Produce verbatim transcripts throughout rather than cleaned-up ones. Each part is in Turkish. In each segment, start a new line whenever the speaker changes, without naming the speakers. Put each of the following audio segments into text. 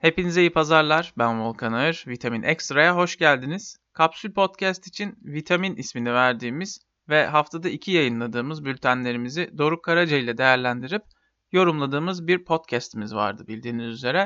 Hepinize iyi pazarlar. Ben Volkan Ağır. Vitamin Extra'ya hoş geldiniz. Kapsül Podcast için Vitamin ismini verdiğimiz ve haftada iki yayınladığımız bültenlerimizi Doruk Karaca ile değerlendirip yorumladığımız bir podcast'imiz vardı bildiğiniz üzere.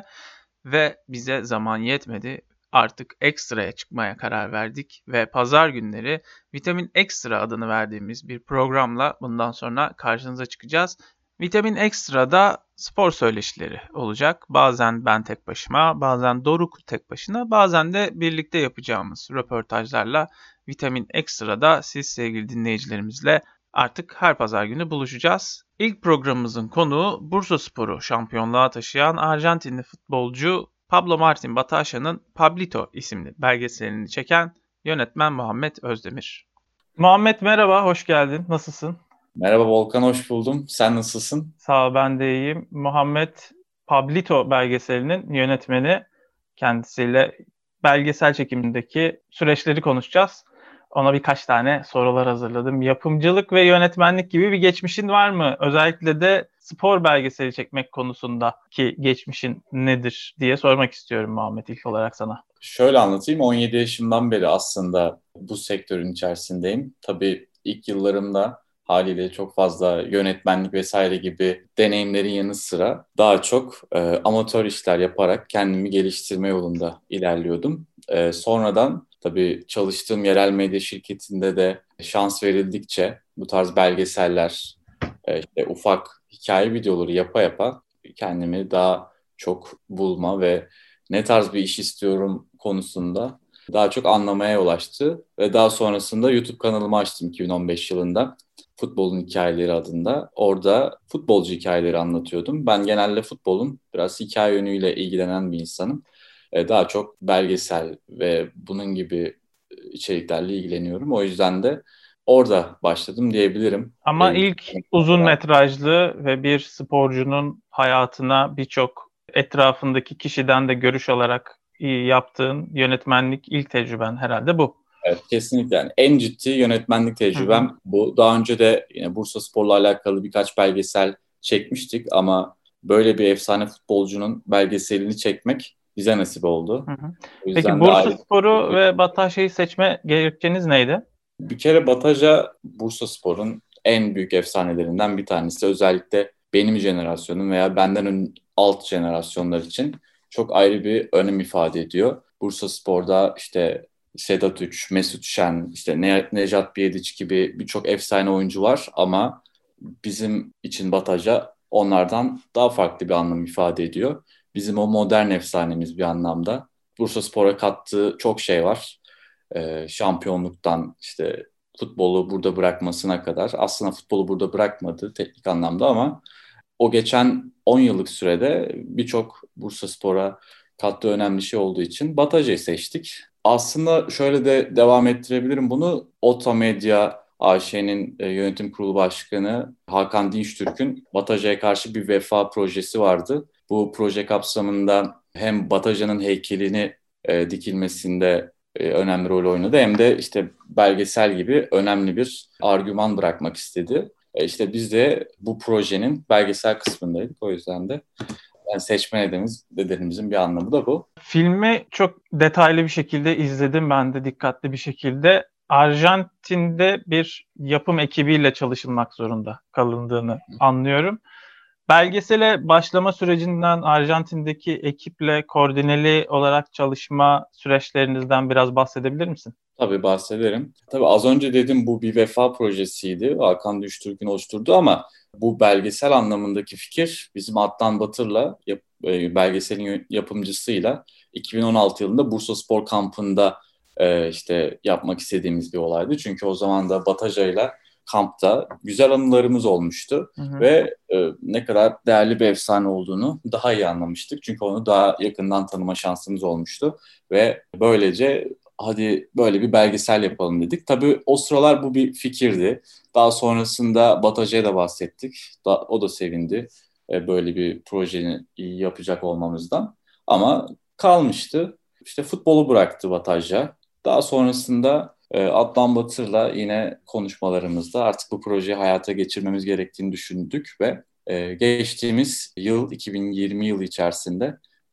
Ve bize zaman yetmedi. Artık Extra'ya çıkmaya karar verdik ve pazar günleri Vitamin Extra adını verdiğimiz bir programla bundan sonra karşınıza çıkacağız. Vitamin Extra'da spor söyleşileri olacak. Bazen ben tek başıma, bazen Doruk tek başına, bazen de birlikte yapacağımız röportajlarla Vitamin Extra'da siz sevgili dinleyicilerimizle artık her pazar günü buluşacağız. İlk programımızın konuğu Bursaspor'u şampiyonluğa taşıyan Arjantinli futbolcu Pablo Martín Bataşa'nın Pablito isimli belgeselini çeken yönetmen Muhammed Özdemir. Muhammed merhaba, hoş geldin. Nasılsın?
Merhaba Volkan, hoş buldum. Sen nasılsın?
Sağ ol, ben de iyiyim. Muhammed Pablito belgeselinin yönetmeni. Kendisiyle belgesel çekimindeki süreçleri konuşacağız. Ona birkaç tane sorular hazırladım. Yapımcılık ve yönetmenlik gibi bir geçmişin var mı? Özellikle de spor belgeseli çekmek konusundaki geçmişin nedir diye sormak istiyorum Muhammed ilk olarak sana.
Şöyle anlatayım. on yedi yaşımdan beri aslında bu sektörün içerisindeyim. Tabii ilk yıllarımda haliyle çok fazla yönetmenlik vesaire gibi deneyimlerin yanı sıra daha çok e, amatör işler yaparak kendimi geliştirme yolunda ilerliyordum. E, sonradan tabii çalıştığım yerel medya şirketinde de şans verildikçe bu tarz belgeseller, e, işte ufak hikaye videoları yapa yapa kendimi daha çok bulma ve ne tarz bir iş istiyorum konusunda daha çok anlamaya ulaştı. Ve daha sonrasında YouTube kanalımı açtım iki bin on beş yılında. Futbolun Hikayeleri adında. Orada futbolcu hikayeleri anlatıyordum. Ben genelde futbolun biraz hikaye yönüyle ilgilenen bir insanım. Daha çok belgesel ve bunun gibi içeriklerle ilgileniyorum. O yüzden de orada başladım diyebilirim.
Ama ilk uzun metrajlı ve bir sporcunun hayatına birçok etrafındaki kişiden de görüş alarak yaptığın yönetmenlik ilk tecrüben herhalde bu.
Evet, kesinlikle. Yani en ciddi yönetmenlik tecrübem Hı-hı. bu. Daha önce de yine Bursaspor'la alakalı birkaç belgesel çekmiştik ama böyle bir efsane futbolcunun belgeselini çekmek bize nasip oldu.
Peki Bursaspor'u ve Bataşa'yı seçme gerekçeniz neydi?
Bir kere Bataja Bursaspor'un en büyük efsanelerinden bir tanesi. Özellikle benim jenerasyonum veya benden ön, alt jenerasyonlar için çok ayrı bir önem ifade ediyor. Bursaspor'da işte Sedat Üç, Mesut Şen, işte ne- Nejat Biyediç gibi birçok efsane oyuncu var ama bizim için Bataja onlardan daha farklı bir anlam ifade ediyor. Bizim o modern efsanemiz bir anlamda. Bursaspor'a kattığı çok şey var. Ee, şampiyonluktan işte futbolu burada bırakmasına kadar. Aslında futbolu burada bırakmadı teknik anlamda ama o geçen on yıllık sürede birçok Bursaspor'a kattığı önemli şey olduğu için Bataja'yı seçtik. Aslında şöyle de devam ettirebilirim bunu. Ota Medya A Ş'nin e, yönetim kurulu başkanı Hakan Dinçtürk'ün Bataja'ya karşı bir vefa projesi vardı. Bu proje kapsamında hem Bataja'nın heykelini e, dikilmesinde e, önemli rol oynadı hem de işte belgesel gibi önemli bir argüman bırakmak istedi. E, işte biz de bu projenin belgesel kısmındaydık. O yüzden de yani seçme nedenimiz, nedenimizin bir anlamı da bu.
Filmi çok detaylı bir şekilde izledim ben de dikkatli bir şekilde. Arjantin'de bir yapım ekibiyle çalışılmak zorunda kalındığını anlıyorum. Belgesele başlama sürecinden Arjantin'deki ekiple koordineli olarak çalışma süreçlerinizden biraz bahsedebilir misin?
Tabii bahsederim. Tabii az önce dedim bu bir vefa projesiydi. Hakan Düştürk'ün oluşturduğu ama bu belgesel anlamındaki fikir bizim Adnan Batır'la yap, e, belgeselin yapımcısıyla iki bin on altı yılında Bursaspor kampında e, işte yapmak istediğimiz bir olaydı. Çünkü o zaman da Bataja'yla kampta güzel anılarımız olmuştu. Hı hı. Ve e, ne kadar değerli bir efsane olduğunu daha iyi anlamıştık. Çünkü onu daha yakından tanıma şansımız olmuştu. Ve böylece hadi böyle bir belgesel yapalım dedik. Tabii o sıralar bu bir fikirdi. Daha sonrasında Bataja'ya da bahsettik. Da, o da sevindi e, böyle bir projeyi yapacak olmamızdan. Ama kalmıştı. İşte futbolu bıraktı Bataja. Daha sonrasında e, Adnan Batır'la yine konuşmalarımızda artık bu projeyi hayata geçirmemiz gerektiğini düşündük ve e, geçtiğimiz yıl iki bin yirmi yılı içerisinde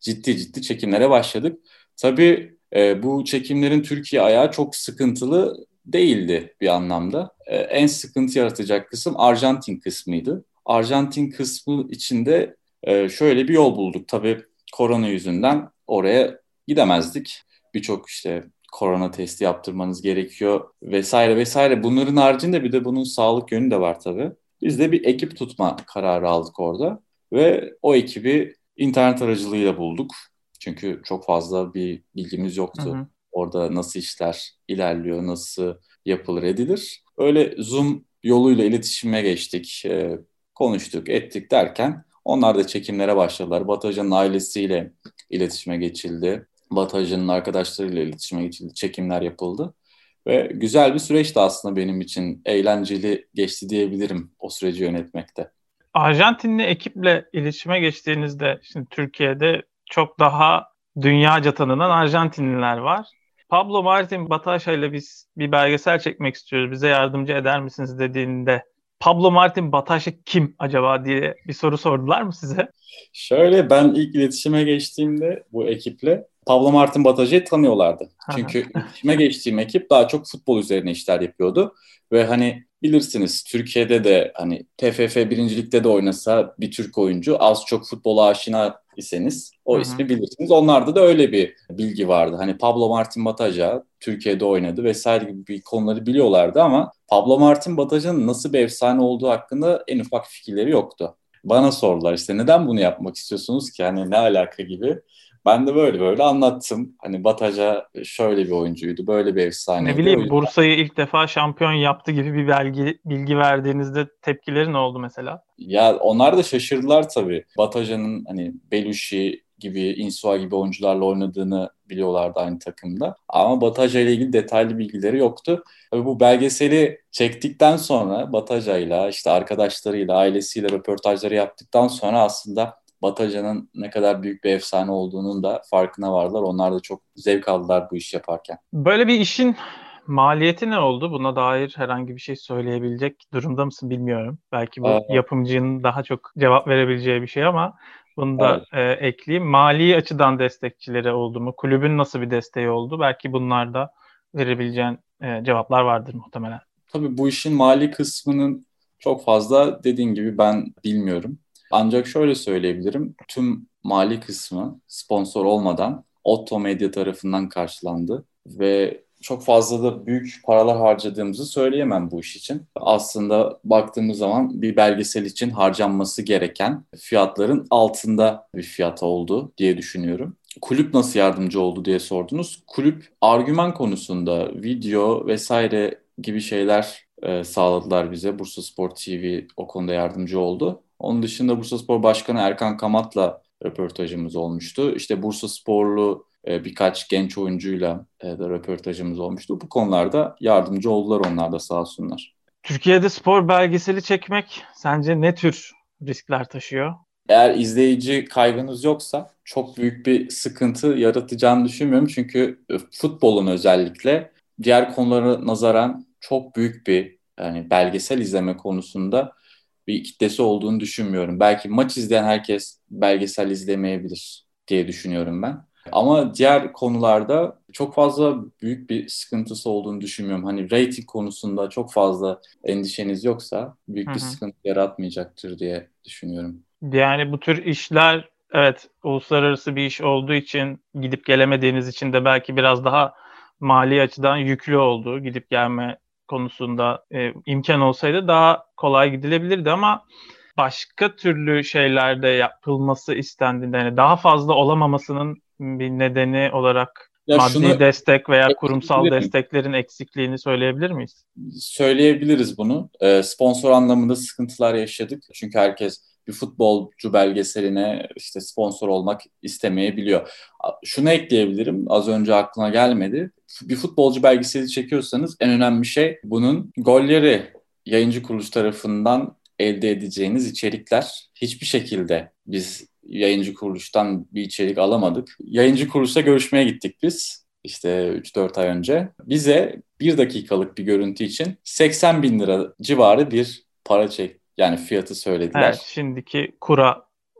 ciddi ciddi çekimlere başladık. Tabii e, bu çekimlerin Türkiye ayağı çok sıkıntılı değildi bir anlamda. E, en sıkıntı yaratacak kısım Arjantin kısmıydı. Arjantin kısmı içinde e, şöyle bir yol bulduk. Tabii korona yüzünden oraya gidemezdik. Birçok işte korona testi yaptırmanız gerekiyor vesaire vesaire. Bunların haricinde bir de bunun sağlık yönü de var tabii. Biz de bir ekip tutma kararı aldık orada ve o ekibi internet aracılığıyla bulduk. Çünkü çok fazla bir bilgimiz
Hı
yoktu.
hı.
Orada nasıl işler ilerliyor, nasıl yapılır edilir. Öyle Zoom yoluyla iletişime geçtik, e, konuştuk, ettik derken onlar da çekimlere başladılar. Batajan'ın ailesiyle iletişime geçildi. Batajan'ın arkadaşlarıyla iletişime geçildi, çekimler yapıldı. Ve güzel bir süreçti aslında benim için. Eğlenceli geçti diyebilirim o süreci yönetmekte.
Arjantinli ekiple iletişime geçtiğinizde şimdi Türkiye'de çok daha dünyaca tanınan Arjantinliler var. Pablo Martin Bataşa ile biz bir belgesel çekmek istiyoruz. Bize yardımcı eder misiniz dediğinde Pablo Martin Bataşa kim acaba diye bir soru sordular mı size?
Şöyle ben ilk iletişime geçtiğimde bu ekiple Pablo Martin Bataja'yı tanıyorlardı. Çünkü iletişime geçtiğim ekip daha çok futbol üzerine işler yapıyordu. Ve hani bilirsiniz Türkiye'de de hani T F F birincilikte de oynasa bir Türk oyuncu az çok futbola aşina iseniz o
Hı hı.
ismi bilirsiniz. Onlarda da öyle bir bilgi vardı. Hani Pablo Martin Bataja Türkiye'de oynadı vesaire gibi bir konuları biliyorlardı ama Pablo Martin Bataja'nın nasıl bir efsane olduğu hakkında en ufak fikirleri yoktu. Bana sordular işte neden bunu yapmak istiyorsunuz ki hani ne alaka gibi. Ben de böyle böyle anlattım. Hani Bataja şöyle bir oyuncuydu, böyle bir
Ne
efsaneydi. O
bileyim
yüzden
Bursa'yı ilk defa şampiyon yaptı gibi bir belgi, bilgi verdiğinizde tepkileri ne oldu mesela?
ya onlar da şaşırdılar tabii. Bataja'nın hani Belushi gibi, Insua gibi oyuncularla oynadığını biliyorlardı aynı takımda. Ama Bataja ile ilgili detaylı bilgileri yoktu. Tabii bu belgeseli çektikten sonra Bataja'yla, işte arkadaşlarıyla, ailesiyle röportajları yaptıktan sonra aslında Bataja'nın ne kadar büyük bir efsane olduğunun da farkına vardılar. Onlar da çok zevk aldılar bu iş yaparken.
Böyle bir işin maliyeti ne oldu? Buna dair herhangi bir şey söyleyebilecek durumda mısın bilmiyorum. Belki bu
Ee,
yapımcının daha çok cevap verebileceği bir şey ama bunu
evet.
da e, ekleyeyim. Mali açıdan destekçileri oldu mu? Kulübün nasıl bir desteği oldu? Belki bunlarda verebileceğin e, cevaplar vardır muhtemelen.
Tabii bu işin mali kısmının çok fazla dediğin gibi ben bilmiyorum. Ancak şöyle söyleyebilirim. Tüm mali kısmı sponsor olmadan Otto Medya tarafından karşılandı ve çok fazla da büyük paralar harcadığımızı söyleyemem bu iş için. Aslında baktığımız zaman bir belgesel için harcanması gereken fiyatların altında bir fiyat oldu diye düşünüyorum. Kulüp nasıl yardımcı oldu diye sordunuz. Kulüp argüman konusunda video vesaire gibi şeyler e, sağladılar bize. Bursaspor T V o konuda yardımcı oldu. Onun dışında Bursaspor Başkanı Erkan Kamat'la röportajımız olmuştu. İşte Bursasporlu e, birkaç genç oyuncuyla e, da röportajımız olmuştu. Bu konularda yardımcı oldular onlar da sağ olsunlar.
Türkiye'de spor belgeseli çekmek sence ne tür riskler taşıyor?
Eğer izleyici kaygınız yoksa çok büyük bir sıkıntı yaratacağını düşünmüyorum. Çünkü e, futbolun özellikle diğer konulara nazaran çok büyük bir yani belgesel izleme konusunda bir kitlesi olduğunu düşünmüyorum. Belki maç izleyen herkes belgesel izlemeyebilir diye düşünüyorum ben. Ama diğer konularda çok fazla büyük bir sıkıntısı olduğunu düşünmüyorum. Hani rating konusunda çok fazla endişeniz yoksa
Hı
büyük bir
hı.
sıkıntı yaratmayacaktır diye düşünüyorum.
Yani bu tür işler evet uluslararası bir iş olduğu için gidip gelemediğiniz için de belki biraz daha mali açıdan yüklü oldu. Gidip gelme konusunda e, imkan olsaydı daha kolay gidilebilirdi ama başka türlü şeylerde yapılması istendiğinde yani daha fazla olamamasının bir nedeni olarak
Ya
maddi
şunu
destek veya kurumsal
ekleyebilirim.
desteklerin eksikliğini söyleyebilir miyiz?
Söyleyebiliriz bunu. Ee, sponsor anlamında sıkıntılar yaşadık. Çünkü herkes bir futbolcu belgeseline işte sponsor olmak istemeyebiliyor. A- Şunu ekleyebilirim. Az önce aklıma gelmedi. Bir futbolcu belgeseli çekiyorsanız en önemli şey bunun golleri yayıncı kuruluş tarafından elde edeceğiniz içerikler. Hiçbir şekilde biz yayıncı kuruluştan bir içerik alamadık. Yayıncı kuruluşla görüşmeye gittik biz. İşte üç dört ay önce. Bize bir dakikalık bir görüntü için seksen bin lira civarı bir para çek yani fiyatı
Evet,
söylediler.
şimdiki kura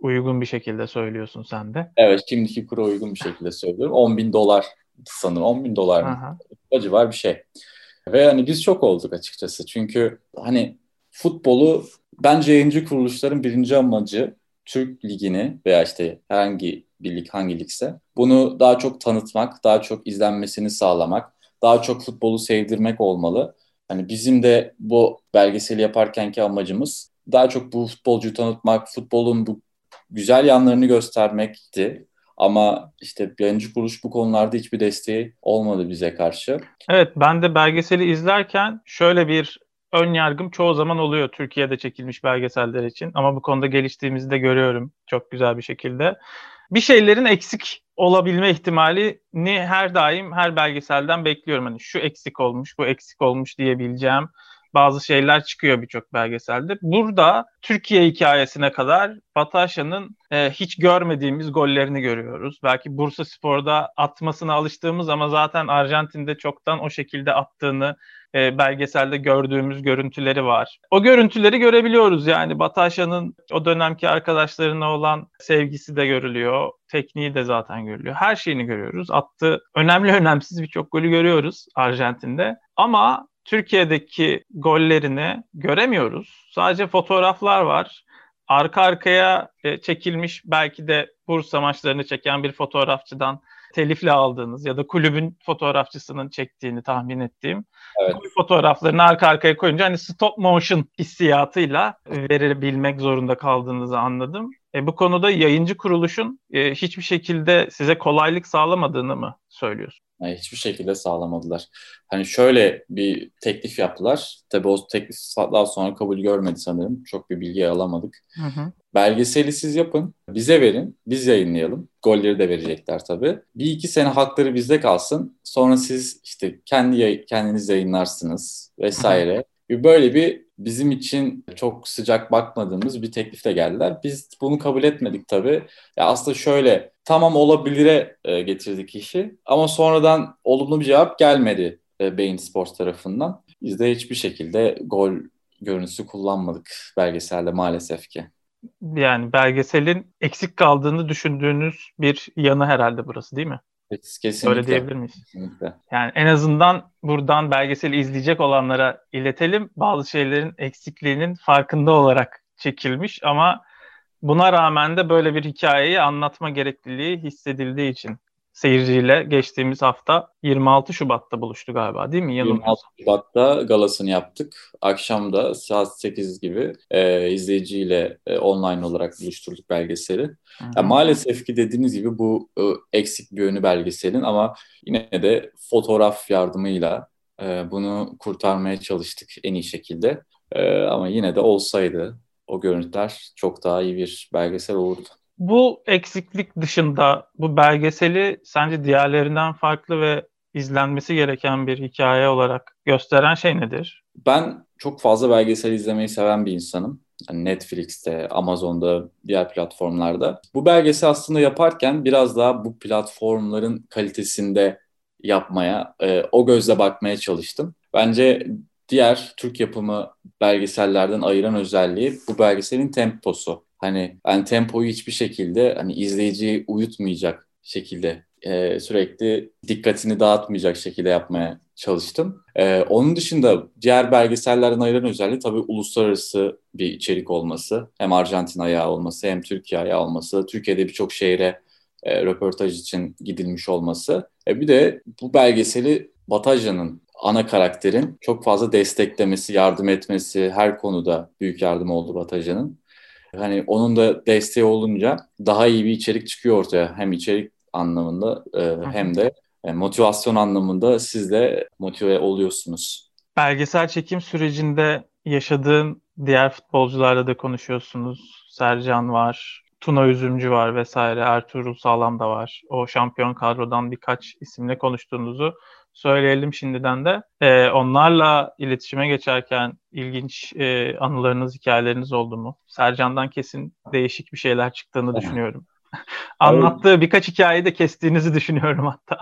uygun bir şekilde söylüyorsun sen de.
Evet, şimdiki kura uygun bir şekilde söylüyorum. on bin dolar sanırım. on bin dolar mı?
Aha.
O civar bir şey. Ve hani biz şok olduk açıkçası. Çünkü hani futbolu bence yayıncı kuruluşların birinci amacı Türk Ligi'ni veya işte herhangi bir lig, hangi ligse bunu daha çok tanıtmak, daha çok izlenmesini sağlamak, daha çok futbolu sevdirmek olmalı. Hani bizim de bu belgeseli yaparkenki amacımız daha çok bu futbolcuyu tanıtmak, futbolun bu güzel yanlarını göstermekti. Ama işte yayıncı kuruluş bu konularda hiçbir desteği olmadı bize karşı.
Evet, ben de belgeseli izlerken şöyle bir ön yargım çoğu zaman oluyor Türkiye'de çekilmiş belgeseller için. Ama bu konuda geliştiğimizi de görüyorum çok güzel bir şekilde. Bir şeylerin eksik olabilme ihtimalini her daim her belgeselden bekliyorum. Hani şu eksik olmuş, bu eksik olmuş diyebileceğim bazı şeyler çıkıyor birçok belgeselde. Burada Türkiye hikayesine kadar Batasya'nın e, hiç görmediğimiz gollerini görüyoruz. Belki Bursaspor'da atmasına alıştığımız ama zaten Arjantin'de çoktan o şekilde attığını e, belgeselde gördüğümüz görüntüleri var. O görüntüleri görebiliyoruz yani. Batasya'nın o dönemki arkadaşlarına olan sevgisi de görülüyor. Tekniği de zaten görülüyor. Her şeyini görüyoruz. Attığı önemli önemsiz birçok golü görüyoruz Arjantin'de. Ama Türkiye'deki gollerini göremiyoruz. Sadece fotoğraflar var. Arka arkaya e, çekilmiş belki de Bursa maçlarını çeken bir fotoğrafçıdan telifle aldığınız ya da kulübün fotoğrafçısının çektiğini tahmin ettiğim
Evet.
gol fotoğraflarını arka arkaya koyunca hani stop motion hissiyatıyla verebilmek zorunda kaldığınızı anladım. E, bu konuda yayıncı kuruluşun e, hiçbir şekilde size kolaylık sağlamadığını mı söylüyorsun?
Yani hiçbir şekilde sağlamadılar. Hani şöyle bir teklif yaptılar. Tabii o teklif daha sonra kabul görmedi sanırım. Çok bir bilgi alamadık.
Hı hı.
Belgeseli siz yapın, bize verin, biz yayınlayalım. Golleri de verecekler tabii. Bir iki sene hakları bizde kalsın. Sonra siz işte kendi yay- kendiniz yayınlarsınız
Hı hı.
vesaire. Böyle bir bizim için çok sıcak bakmadığımız bir teklifle geldiler. Biz bunu kabul etmedik tabii. Ya aslında şöyle tamam olabilire e, getirdik işi ama sonradan olumlu bir cevap gelmedi e, Bein Sports tarafından. Biz de hiçbir şekilde gol görüntüsü kullanmadık belgeselde maalesef ki.
Yani belgeselin eksik kaldığını düşündüğünüz bir yanı herhalde burası değil mi? Öyle
Kesinlikle.
diyebilir miyiz?
Kesinlikle.
Yani en azından buradan belgeseli izleyecek olanlara iletelim. Bazı şeylerin eksikliğinin farkında olarak çekilmiş ama buna rağmen de böyle bir hikayeyi anlatma gerekliliği hissedildiği için seyirciyle geçtiğimiz hafta yirmi altı Şubat'ta buluştu galiba değil mi?
yirmi altı
Yanılmıyorsam.
Şubat'ta galasını yaptık. Akşam da saat sekiz gibi e, izleyiciyle e, online olarak buluşturduk belgeseli.
Hı
Ya,
hı.
maalesef ki dediğiniz gibi bu e, eksik bir yönü belgeselin ama yine de fotoğraf yardımıyla e, bunu kurtarmaya çalıştık en iyi şekilde. E, ama yine de olsaydı o görüntüler çok daha iyi bir belgesel olurdu.
Bu eksiklik dışında bu belgeseli sence diğerlerinden farklı ve izlenmesi gereken bir hikaye olarak gösteren şey nedir?
Ben çok fazla belgesel izlemeyi seven bir insanım. Hani Netflix'te, Amazon'da, diğer platformlarda. Bu belgesel aslında yaparken biraz daha bu platformların kalitesinde yapmaya, e, o gözle bakmaya çalıştım. Bence diğer Türk yapımı belgesellerden ayıran özelliği bu belgeselin temposu. Hani ben tempoyu hiçbir şekilde hani izleyiciyi uyutmayacak şekilde e, sürekli dikkatini dağıtmayacak şekilde yapmaya çalıştım. Ee, onun dışında diğer belgesellerden ayıran özelliği tabii uluslararası bir içerik olması. Hem Arjantin ayağı olması hem Türkiye ayağı olması. Türkiye'de birçok şehre e, röportaj için gidilmiş olması. E, bir de bu belgeseli Batasya'nın ana karakterin çok fazla desteklemesi, yardım etmesi her konuda büyük yardım oldu Batasya'nın. Hani onun da desteği olunca daha iyi bir içerik çıkıyor ortaya. Hem içerik anlamında e,
Hı hı.
hem de e, motivasyon anlamında siz de motive oluyorsunuz.
Belgesel çekim sürecinde yaşadığın diğer futbolcularla da konuşuyorsunuz. Sercan var, Tuna Üzümcü var vesaire, Ertuğrul Sağlam da var. O şampiyon kadrodan birkaç isimle konuştuğunuzu söyleyelim şimdiden de. Ee, onlarla iletişime geçerken ilginç e, anılarınız, hikayeleriniz oldu mu? Sercan'dan kesin değişik bir şeyler çıktığını düşünüyorum. Anlattığı birkaç hikayeyi de kestiğinizi düşünüyorum hatta.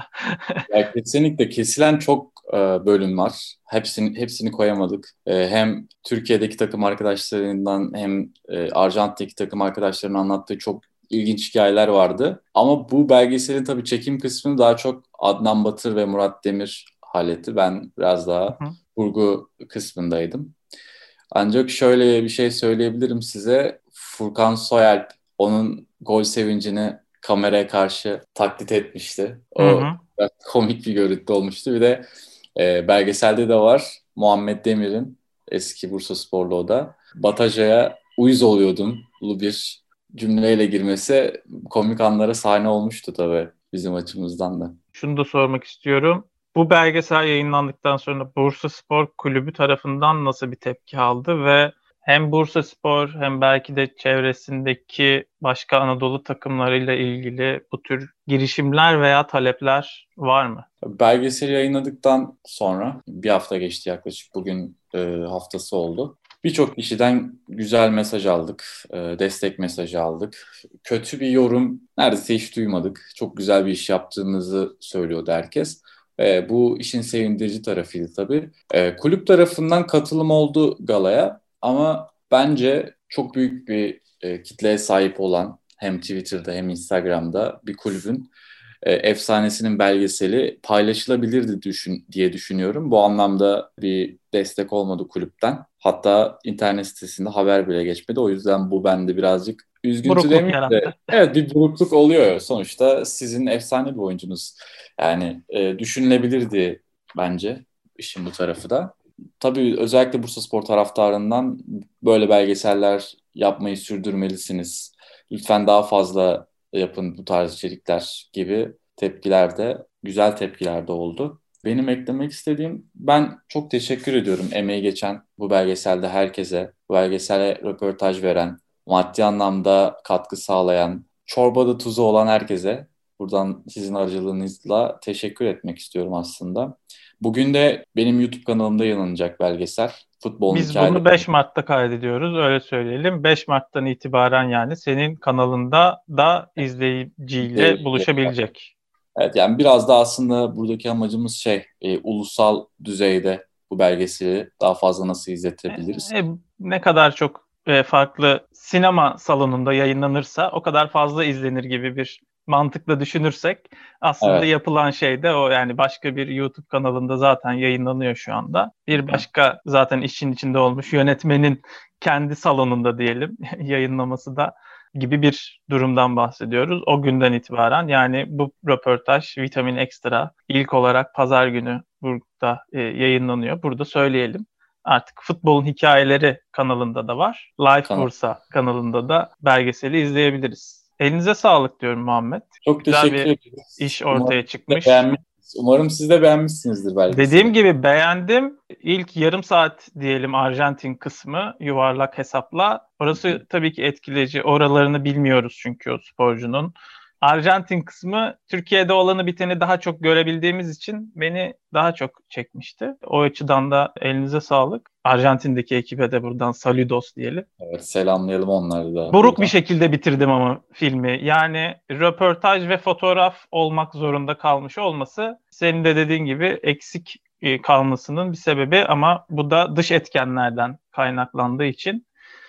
Ya kesinlikle kesilen çok e, bölüm var. Hepsini hepsini koyamadık. E, hem Türkiye'deki takım arkadaşlarından hem e, Arjantin'deki takım arkadaşlarının anlattığı çok ilginç hikayeler vardı. Ama bu belgeselin tabii çekim kısmını daha çok Adnan Batır ve Murat Demir halletti. Ben biraz daha
Hı hı.
kurgu kısmındaydım. Ancak şöyle bir şey söyleyebilirim size. Furkan Soyalp onun gol sevincini kameraya karşı taklit etmişti.
Hı
O
hı.
biraz komik bir görüntü olmuştu. Bir de e, belgeselde de var. Muhammed Demir'in eski Bursasporlu o da. Bataja'ya uyuz oluyordum. Bu bir cümleyle girmesi komik anlara sahne olmuştu tabii bizim açımızdan da.
Şunu da sormak istiyorum. Bu belgesel yayınlandıktan sonra Bursaspor Kulübü tarafından nasıl bir tepki aldı ve hem Bursaspor hem belki de çevresindeki başka Anadolu takımlarıyla ilgili bu tür girişimler veya talepler var mı?
Belgeseli yayınladıktan sonra bir hafta geçti yaklaşık. Bugün e, haftası oldu. Birçok kişiden güzel mesaj aldık, e, destek mesajı aldık. Kötü bir yorum neredeyse hiç duymadık. Çok güzel bir iş yaptığımızı söylüyordu herkes. E, bu işin sevindirici tarafıydı tabii. E, kulüp tarafından katılım oldu galaya ama bence çok büyük bir e, kitleye sahip olan hem Twitter'da hem Instagram'da bir kulübün e, efsanesinin belgeseli paylaşılabilirdi düşün, diye düşünüyorum. Bu anlamda bir destek olmadı kulüpten. Hatta internet sitesinde haber bile geçmedi. O yüzden bu bende birazcık üzüntü
Burukluk
demeyeyim de
yarattı.
evet bir burukluk oluyor. Sonuçta sizin efsane bir oyuncunuz. Yani e, düşünülebilirdi bence işin bu tarafı da. Tabii özellikle Bursaspor taraftarından böyle belgeseller yapmayı sürdürmelisiniz. Lütfen daha fazla yapın bu tarz içerikler gibi tepkiler de, güzel tepkiler de oldu. Benim eklemek istediğim, ben çok teşekkür ediyorum emeği geçen bu belgeselde herkese, bu belgesele röportaj veren, maddi anlamda katkı sağlayan, çorbada tuzu olan herkese buradan sizin aracılığınızla teşekkür etmek istiyorum aslında. Bugün de benim YouTube kanalımda yayınlanacak belgesel. Futbolun
Biz bunu
hikayeleri.
beş Mart'ta kaydediyoruz, öyle söyleyelim. beş Mart'tan itibaren yani senin kanalında da izleyiciyle buluşabilecek.
Evet yani biraz da aslında buradaki amacımız şey e, ulusal düzeyde bu belgeseli daha fazla nasıl izletebiliriz?
E, e, ne kadar çok e, farklı sinema salonunda yayınlanırsa o kadar fazla izlenir gibi bir mantıkla düşünürsek aslında
Evet.
yapılan şey de o, yani başka bir YouTube kanalında zaten yayınlanıyor şu anda. Bir başka zaten işin içinde olmuş yönetmenin kendi salonunda diyelim yayınlaması da gibi bir durumdan bahsediyoruz. O günden itibaren yani bu röportaj Vitamin Ekstra ilk olarak pazar günü burada e, yayınlanıyor. Burada söyleyelim. Artık Futbolun Hikayeleri kanalında da var. Live
Kanal.
Bursa kanalında da belgeseli izleyebiliriz. Elinize sağlık diyorum Muhammed.
Çok
Güzel
teşekkür
bir
ederiz.
iş
Umarım
ortaya
siz de
çıkmış.
beğenmişsiniz. Umarım siz de beğenmişsinizdir belgeseli.
Dediğim gibi beğendim. İlk yarım saat diyelim Arjantin kısmı yuvarlak hesapla. Orası tabii ki etkileyici. Oralarını bilmiyoruz çünkü o sporcunun. Arjantin kısmı Türkiye'de olanı biteni daha çok görebildiğimiz için beni daha çok çekmişti. O açıdan da elinize sağlık. Arjantin'deki ekibe de buradan saludos diyelim.
Evet, selamlayalım onları da
Buruk bir
buradan.
şekilde bitirdim ama filmi. Yani röportaj ve fotoğraf olmak zorunda kalmış olması senin de dediğin gibi eksik e, kalmasının bir sebebi, ama bu da dış etkenlerden kaynaklandığı için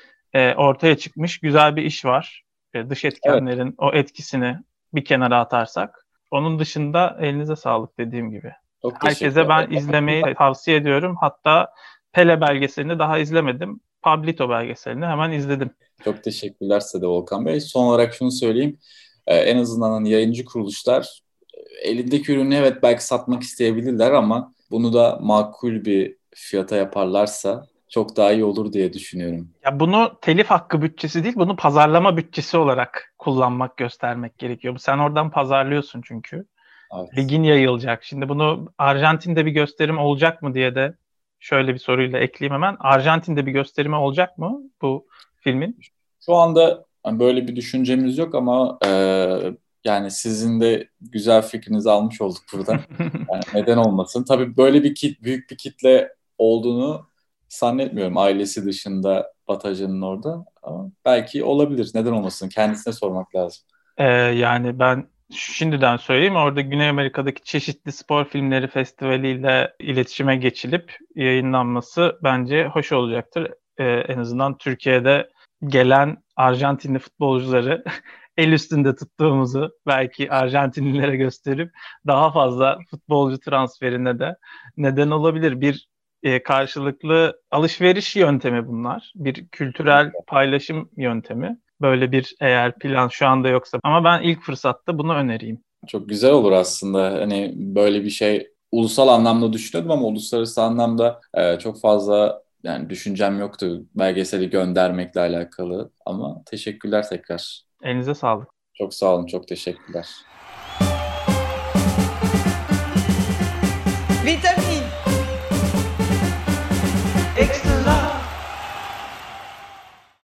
e, ortaya çıkmış güzel bir iş var. E, dış
Evet,
etkenlerin o etkisini bir kenara atarsak. Onun dışında elinize sağlık dediğim gibi.
çok teşekkür
Herkese ben
ederim.
izlemeyi tavsiye ediyorum. Hatta Pele belgeselini daha izlemedim. Pablito belgeselini hemen izledim.
Çok teşekkürler size de Volkan Bey. Son olarak şunu söyleyeyim. Ee, en azından hani yayıncı kuruluşlar e, elindeki ürünü evet belki satmak isteyebilirler ama bunu da makul bir fiyata yaparlarsa çok daha iyi olur diye düşünüyorum.
Ya bunu telif hakkı bütçesi değil, bunu pazarlama bütçesi olarak kullanmak, göstermek gerekiyor. Sen oradan pazarlıyorsun çünkü.
Evet.
Ligin yayılacak. Şimdi bunu Arjantin'de bir gösterim olacak mı diye de şöyle bir soruyla ekleyeyim hemen. Arjantin'de bir gösterimi olacak mı bu filmin?
Şu anda hani böyle bir düşüncemiz yok ama e, yani sizin de güzel fikrinizi almış olduk burada. Yani neden olmasın? Tabii böyle bir kit, büyük bir kitle olduğunu zannetmiyorum. Ailesi dışında Batajı'nın orada. Ama belki olabilir. Neden olmasın? Kendisine sormak lazım.
Ee, yani ben şimdiden söyleyeyim, orada Güney Amerika'daki çeşitli spor filmleri festivaliyle iletişime geçilip yayınlanması bence hoş olacaktır. Ee, en azından Türkiye'de gelen Arjantinli futbolcuları el üstünde tuttuğumuzu belki Arjantinlilere gösterip daha fazla futbolcu transferine de neden olabilir. Bir e, karşılıklı alışveriş yöntemi bunlar. Bir kültürel paylaşım yöntemi. Böyle bir eğer plan şu anda yoksa, ama ben ilk fırsatta bunu önereyim.
Çok güzel olur aslında. Hani böyle bir şey ulusal anlamda düşünüyordum ama uluslararası anlamda e, çok fazla yani düşüncem yoktu belgeseli göndermekle alakalı. Ama teşekkürler tekrar.
Elinize sağlık.
Çok sağ olun, çok teşekkürler.
Vitamin